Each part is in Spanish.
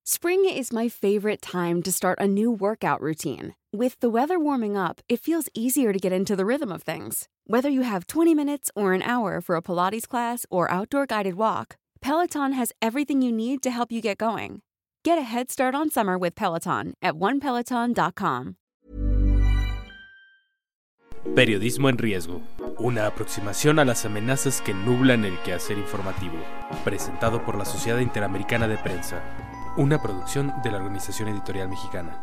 Spring is my favorite time to start a new workout routine. With the weather warming up, it feels easier to get into the rhythm of things. Whether you have 20 minutes or an hour for a Pilates class or outdoor guided walk, Peloton has everything you need to help you get going. Get a head start on summer with Peloton at onepeloton.com. Periodismo en riesgo. Una aproximación a las amenazas que nublan el quehacer informativo. Presentado por la Sociedad Interamericana de Prensa. Una producción de la Organización Editorial Mexicana.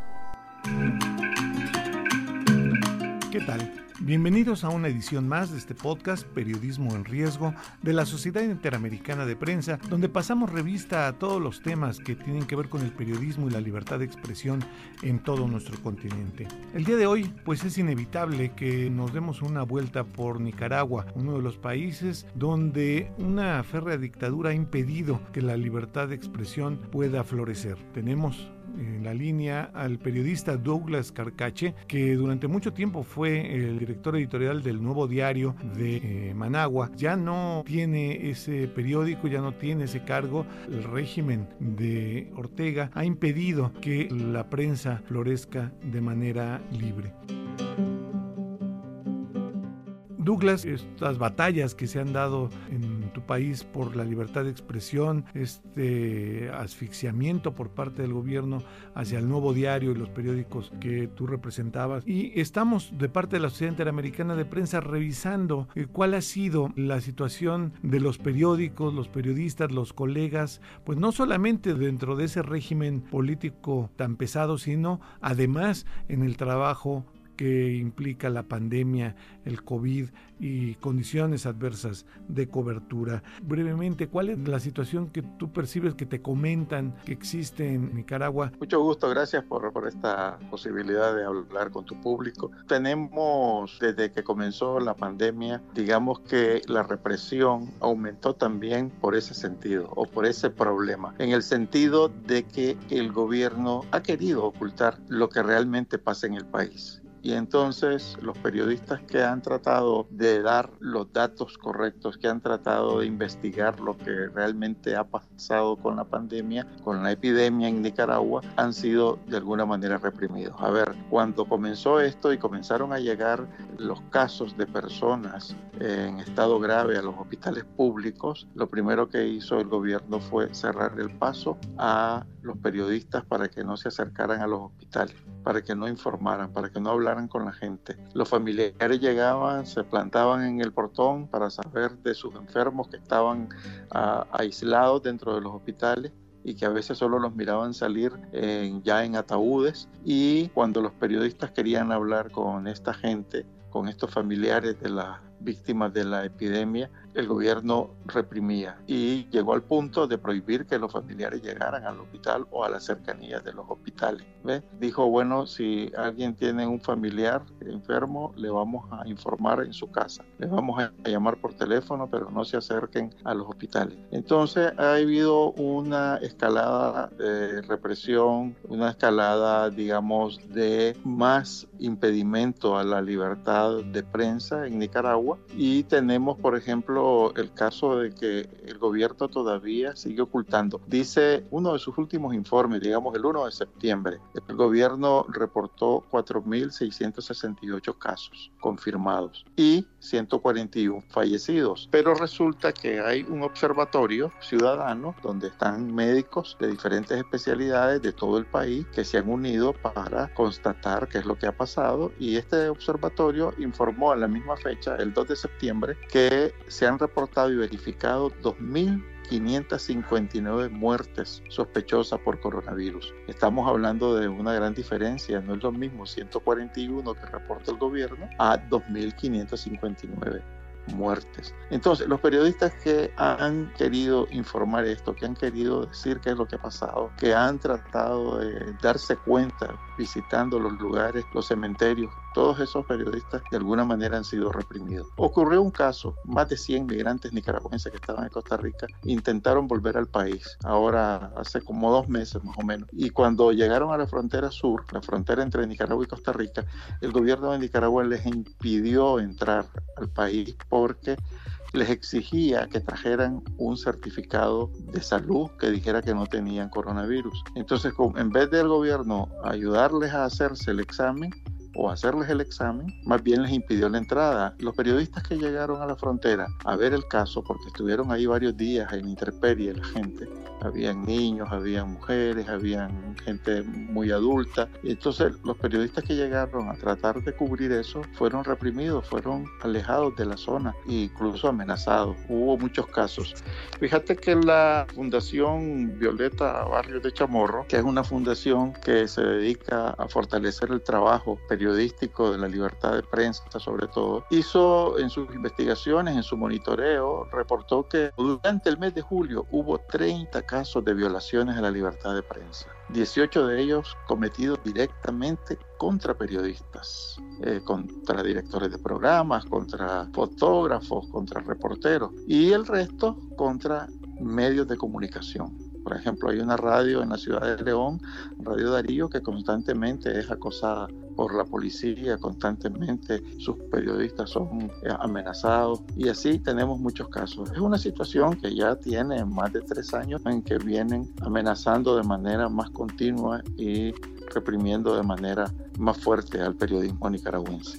¿Qué tal? Bienvenidos a una edición más de este podcast Periodismo en Riesgo de la Sociedad Interamericana de Prensa, donde pasamos revista a todos los temas que tienen que ver con el periodismo y la libertad de expresión en todo nuestro continente. El día de hoy, pues es inevitable que nos demos una vuelta por Nicaragua, uno de los países donde una férrea dictadura ha impedido que la libertad de expresión pueda florecer. Tenemos en la línea al periodista Douglas Carcache, que durante mucho tiempo fue el director editorial del Nuevo Diario de Managua. Ya no tiene ese periódico, ya no tiene ese cargo. El régimen de Ortega ha impedido que la prensa florezca de manera libre. Douglas, estas batallas que se han dado en tu país por la libertad de expresión, este asfixiamiento por parte del gobierno hacia el Nuevo Diario y los periódicos que tú representabas, y estamos de parte de la Sociedad Interamericana de Prensa revisando cuál ha sido la situación de los periódicos, los periodistas, los colegas, pues no solamente dentro de ese régimen político tan pesado, sino además en el trabajo que implica la pandemia, el COVID y condiciones adversas de cobertura. Brevemente, ¿cuál es la situación que tú percibes, que te comentan que existe en Nicaragua? Mucho gusto, gracias por esta posibilidad de hablar con tu público. Tenemos, desde que comenzó la pandemia, digamos que la represión aumentó también por ese sentido, o por ese problema, en el sentido de que el gobierno ha querido ocultar lo que realmente pasa en el país. Y entonces los periodistas que han tratado de dar los datos correctos, que han tratado de investigar lo que realmente ha pasado con la pandemia, con la epidemia en Nicaragua, han sido de alguna manera reprimidos. A ver, cuando comenzó esto y comenzaron a llegar los casos de personas en estado grave a los hospitales públicos, lo primero que hizo el gobierno fue cerrar el paso a los periodistas para que no se acercaran a los hospitales, para que no informaran, para que no hablaran con la gente. Los familiares llegaban, se plantaban en el portón para saber de sus enfermos que estaban aislados dentro de los hospitales y que a veces solo los miraban salir ya en ataúdes. Y cuando los periodistas querían hablar con esta gente, con estos familiares de las víctimas de la epidemia, el gobierno reprimía y llegó al punto de prohibir que los familiares llegaran al hospital o a las cercanías de los hospitales. ¿Ve? Dijo, bueno, si alguien tiene un familiar enfermo, le vamos a informar en su casa, le vamos a llamar por teléfono, pero no se acerquen a los hospitales. Entonces ha habido una escalada de represión, una escalada, digamos, de más impedimento a la libertad de prensa en Nicaragua, y tenemos, por ejemplo, el caso de que el gobierno todavía sigue ocultando. Dice uno de sus últimos informes, digamos el 1 de septiembre, el gobierno reportó 4.668 casos confirmados y 141 fallecidos. Pero resulta que hay un observatorio ciudadano donde están médicos de diferentes especialidades de todo el país que se han unido para constatar qué es lo que ha pasado, y este observatorio informó a la misma fecha, el 2 de septiembre, que se han reportado y verificado 2.559 muertes sospechosas por coronavirus. Estamos hablando de una gran diferencia, no es lo mismo 141 que reporta el gobierno a 2.559 muertes. Entonces, los periodistas que han querido informar esto, que han querido decir qué es lo que ha pasado, que han tratado de darse cuenta visitando los lugares, los cementerios, todos esos periodistas de alguna manera han sido reprimidos. Ocurrió un caso, más de 100 migrantes nicaragüenses que estaban en Costa Rica intentaron volver al país, ahora hace como 2 meses más o menos, y cuando llegaron a la frontera sur, la frontera entre Nicaragua y Costa Rica, el gobierno de Nicaragua les impidió entrar al país porque les exigía que trajeran un certificado de salud que dijera que no tenían coronavirus. Entonces, en vez del gobierno ayudarles a hacerse el examen, o hacerles el examen, más bien les impidió la entrada. Los periodistas que llegaron a la frontera a ver el caso, porque estuvieron ahí varios días en intemperie la gente, habían niños, habían mujeres, habían gente muy adulta, y entonces los periodistas que llegaron a tratar de cubrir eso fueron reprimidos, fueron alejados de la zona e incluso amenazados. Hubo muchos casos. Fíjate que la Fundación Violeta Barrios de Chamorro, que es una fundación que se dedica a fortalecer el trabajo periodístico de la libertad de prensa, sobre todo, hizo en sus investigaciones, en su monitoreo, reportó que durante el mes de julio hubo 30 casos de violaciones a la libertad de prensa. 18 de ellos cometidos directamente contra periodistas, contra directores de programas, contra fotógrafos, contra reporteros, y el resto contra medios de comunicación. Por ejemplo, hay una radio en la ciudad de León, Radio Darío, que constantemente es acosada por la policía, constantemente sus periodistas son amenazados, y así tenemos muchos casos. Es una situación que ya tiene más de 3 años en que vienen amenazando de manera más continua y reprimiendo de manera más fuerte al periodismo nicaragüense.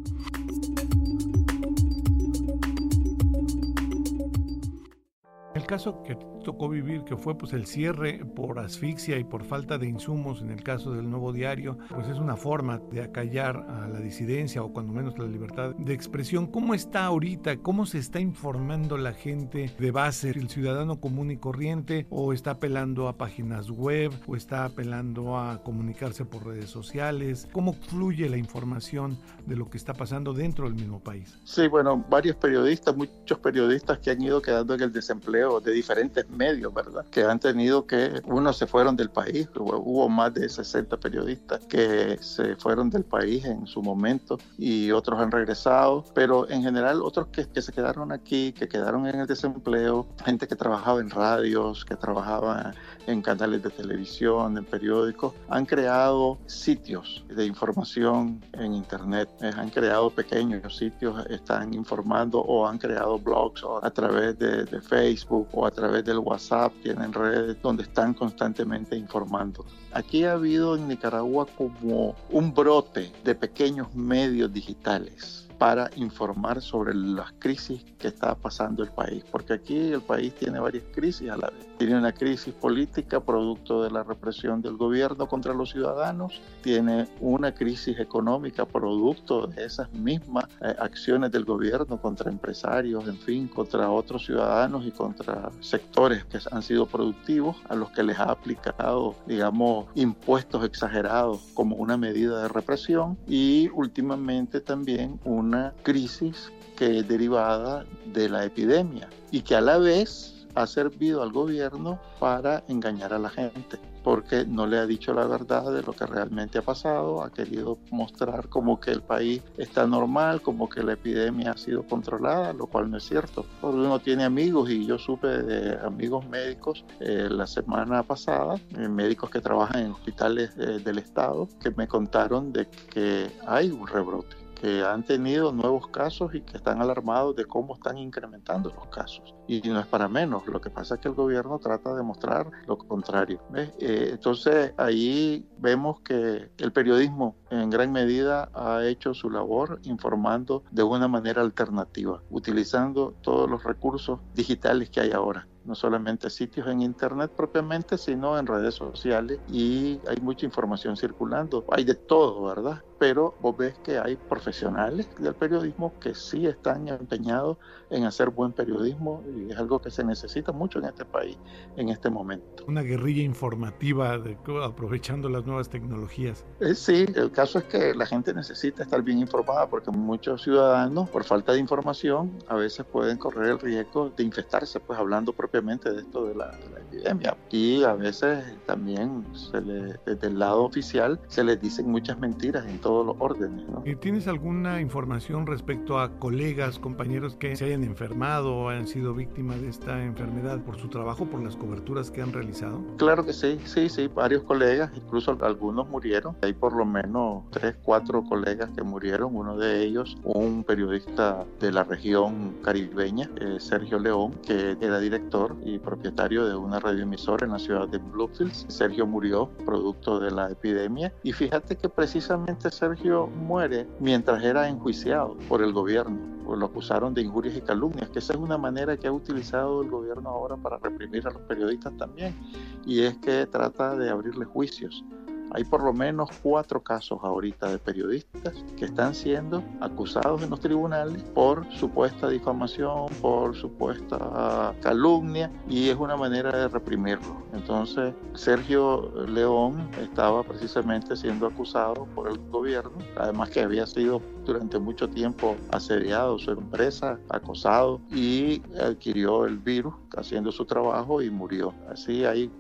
El caso que tocó vivir, que fue pues el cierre por asfixia y por falta de insumos en el caso del Nuevo Diario, pues es una forma de acallar a la disidencia o cuando menos la libertad de expresión. ¿Cómo está ahorita? ¿Cómo se está informando la gente de base, el ciudadano común y corriente, o está apelando a páginas web o está apelando a comunicarse por redes sociales? ¿Cómo fluye la información de lo que está pasando dentro del mismo país? Sí, bueno, varios periodistas, muchos periodistas que han ido quedando en el desempleo de diferentes medios, ¿verdad? Que han tenido que, unos se fueron del país, hubo más de 60 periodistas que se fueron del país en su momento y otros han regresado, pero en general otros que se quedaron aquí, que quedaron en el desempleo, gente que trabajaba en radios, que trabajaba en canales de televisión, en periódicos, han creado sitios de información en internet, han creado pequeños sitios, están informando o han creado blogs o a través de Facebook o a través del WhatsApp, tienen redes donde están constantemente informando. Aquí ha habido en Nicaragua como un brote de pequeños medios digitales para informar sobre las crisis que está pasando el país, porque aquí el país tiene varias crisis a la vez. Tiene una crisis política producto de la represión del gobierno contra los ciudadanos, tiene una crisis económica producto de esas mismas acciones del gobierno contra empresarios, en fin, contra otros ciudadanos y contra sectores que han sido productivos, a los que les ha aplicado, digamos, impuestos exagerados como una medida de represión, y últimamente también una crisis que es derivada de la epidemia y que a la vez ha servido al gobierno para engañar a la gente, porque no le ha dicho la verdad de lo que realmente ha pasado, ha querido mostrar como que el país está normal, como que la epidemia ha sido controlada, lo cual no es cierto. Porque uno tiene amigos, y yo supe de amigos médicos la semana pasada, médicos que trabajan en hospitales del estado, que me contaron de que hay un rebrote, que han tenido nuevos casos y que están alarmados de cómo están incrementando los casos. Y no es para menos, lo que pasa es que el gobierno trata de mostrar lo contrario, ¿ves? Entonces ahí vemos que el periodismo en gran medida ha hecho su labor informando de una manera alternativa, utilizando todos los recursos digitales que hay ahora. No solamente sitios en internet propiamente, sino en redes sociales, y hay mucha información circulando, hay de todo, ¿verdad? Pero vos ves que hay profesionales del periodismo que sí están empeñados en hacer buen periodismo, y es algo que se necesita mucho en este país en este momento. Una guerrilla informativa aprovechando las nuevas tecnologías. Sí, el caso es que la gente necesita estar bien informada, porque muchos ciudadanos, por falta de información, a veces pueden correr el riesgo de infectarse, pues hablando propiamente propiamente de esto de la epidemia. Y a veces también desde el lado oficial se les dicen muchas mentiras en todos los órdenes, ¿no? ¿Tienes alguna información respecto a colegas, compañeros que se hayan enfermado o hayan sido víctimas de esta enfermedad por su trabajo, por las coberturas que han realizado? Claro que sí, varios colegas, incluso algunos murieron. Hay por lo menos 3, 4 colegas que murieron. Uno de ellos, un periodista de la región caribeña, Sergio León, que era director y propietario de una radioemisora en la ciudad de Bluefields. Sergio murió producto de la epidemia, y fíjate que precisamente Sergio muere mientras era enjuiciado por el gobierno. Lo acusaron de injurias y calumnias, que esa es una manera que ha utilizado el gobierno ahora para reprimir a los periodistas también, y es que trata de abrirle juicios. Hay por lo menos 4 casos ahorita de periodistas que están siendo acusados en los tribunales por supuesta difamación, por supuesta calumnia, y es una manera de reprimirlo. Entonces, Sergio León estaba precisamente siendo acusado por el gobierno, además que había sido durante mucho tiempo asediado, su empresa, acosado, y adquirió el virus haciendo su trabajo y murió. Así hay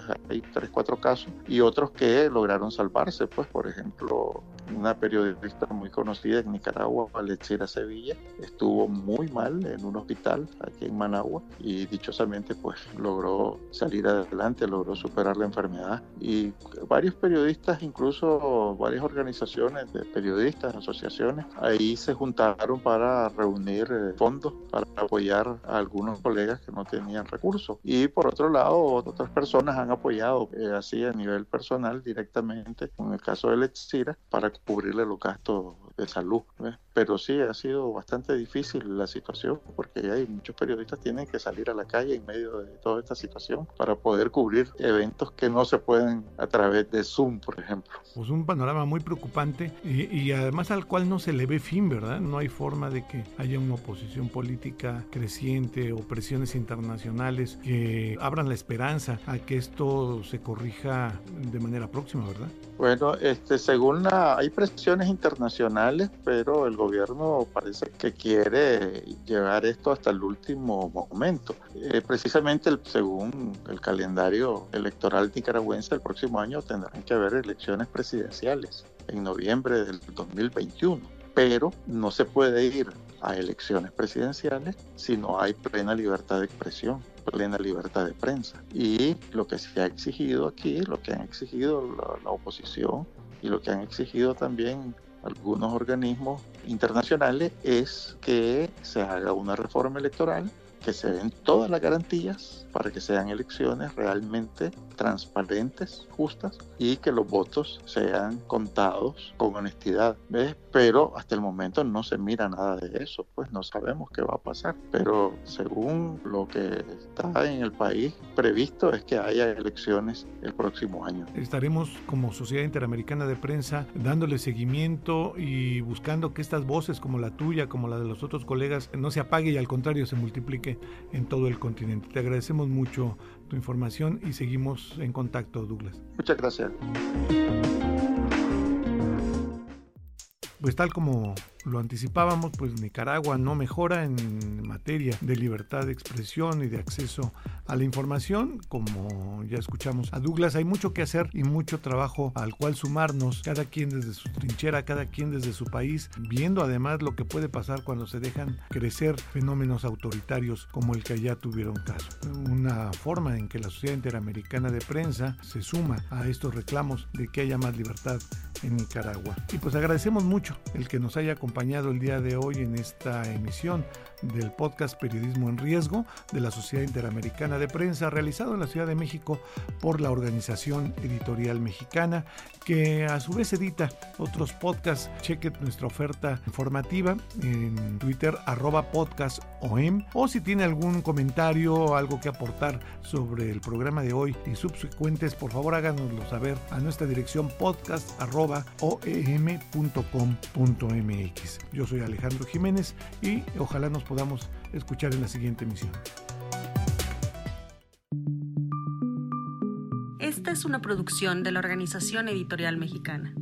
3, 4 casos, y otros que lograron salvarse, pues por ejemplo una periodista muy conocida en Nicaragua, Alexira Sevilla, estuvo muy mal en un hospital aquí en Managua, y dichosamente pues logró salir adelante, logró superar la enfermedad. Y varios periodistas, incluso varias organizaciones de periodistas, asociaciones, ahí se juntaron para reunir fondos para apoyar a algunos colegas que no tenían recursos. Y por otro lado, otras personas han apoyado así a nivel personal directamente, en el caso de Alexira, para cubrirle los gastos de salud, ¿ves? Pero sí, ha sido bastante difícil la situación, porque hay muchos periodistas que tienen que salir a la calle en medio de toda esta situación para poder cubrir eventos que no se pueden a través de Zoom, por ejemplo. Pues un panorama muy preocupante y además al cual no se le ve fin, ¿verdad? No hay forma de que haya una oposición política creciente o presiones internacionales que abran la esperanza a que esto se corrija de manera próxima, ¿verdad? Bueno, según hay presiones internacionales, pero el gobierno parece que quiere llevar esto hasta el último momento. Precisamente según el calendario electoral nicaragüense, el próximo año tendrán que haber elecciones presidenciales en noviembre del 2021, pero no se puede ir a elecciones presidenciales si no hay plena libertad de expresión, plena libertad de prensa. Y lo que se ha exigido aquí, lo que han exigido la oposición y lo que han exigido también algunos organismos internacionales, es que se haga una reforma electoral, que se den todas las garantías para que sean elecciones realmente transparentes, justas, y que los votos sean contados con honestidad, ¿ves? Pero hasta el momento no se mira nada de eso, pues no sabemos qué va a pasar. Pero según lo que está en el país previsto es que haya elecciones el próximo año. Estaremos como Sociedad Interamericana de Prensa dándole seguimiento y buscando que estas voces como la tuya, como la de los otros colegas, no se apague y al contrario se multiplique en todo el continente. Te agradecemos mucho tu información y seguimos en contacto, Douglas. Muchas gracias. Pues tal como lo anticipábamos, pues Nicaragua no mejora en materia de libertad de expresión y de acceso a la información. Como ya escuchamos a Douglas, hay mucho que hacer y mucho trabajo al cual sumarnos, cada quien desde su trinchera, cada quien desde su país, viendo además lo que puede pasar cuando se dejan crecer fenómenos autoritarios como el que allá tuvieron caso. Una forma en que la Sociedad Interamericana de Prensa se suma a estos reclamos de que haya más libertad en Nicaragua. Y pues agradecemos mucho el que nos haya acompañado el día de hoy en esta emisión del podcast Periodismo en Riesgo de la Sociedad Interamericana de Prensa, realizado en la Ciudad de México por la Organización Editorial Mexicana, que a su vez edita otros podcasts. Cheque nuestra oferta informativa en Twitter @podcastom, o si tiene algún comentario o algo que aportar sobre el programa de hoy y subsecuentes, por favor háganoslo saber a nuestra dirección podcast@oem.com.mx. Yo soy Alejandro Jiménez y ojalá nos podamos escuchar en la siguiente emisión. Esta es una producción de la Organización Editorial Mexicana.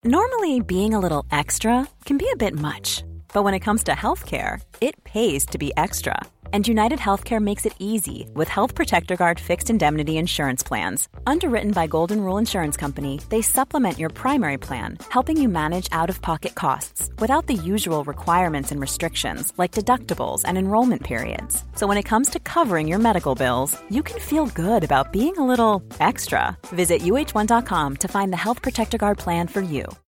Normally, being a little extra can be a bit much, but when it comes to healthcare, it pays to be extra. And United Healthcare makes it easy with Health Protector Guard fixed indemnity insurance plans. Underwritten by Golden Rule Insurance Company, they supplement your primary plan, helping you manage out-of-pocket costs without the usual requirements and restrictions like deductibles and enrollment periods. So when it comes to covering your medical bills, you can feel good about being a little extra. Visit uh1.com to find the Health Protector Guard plan for you.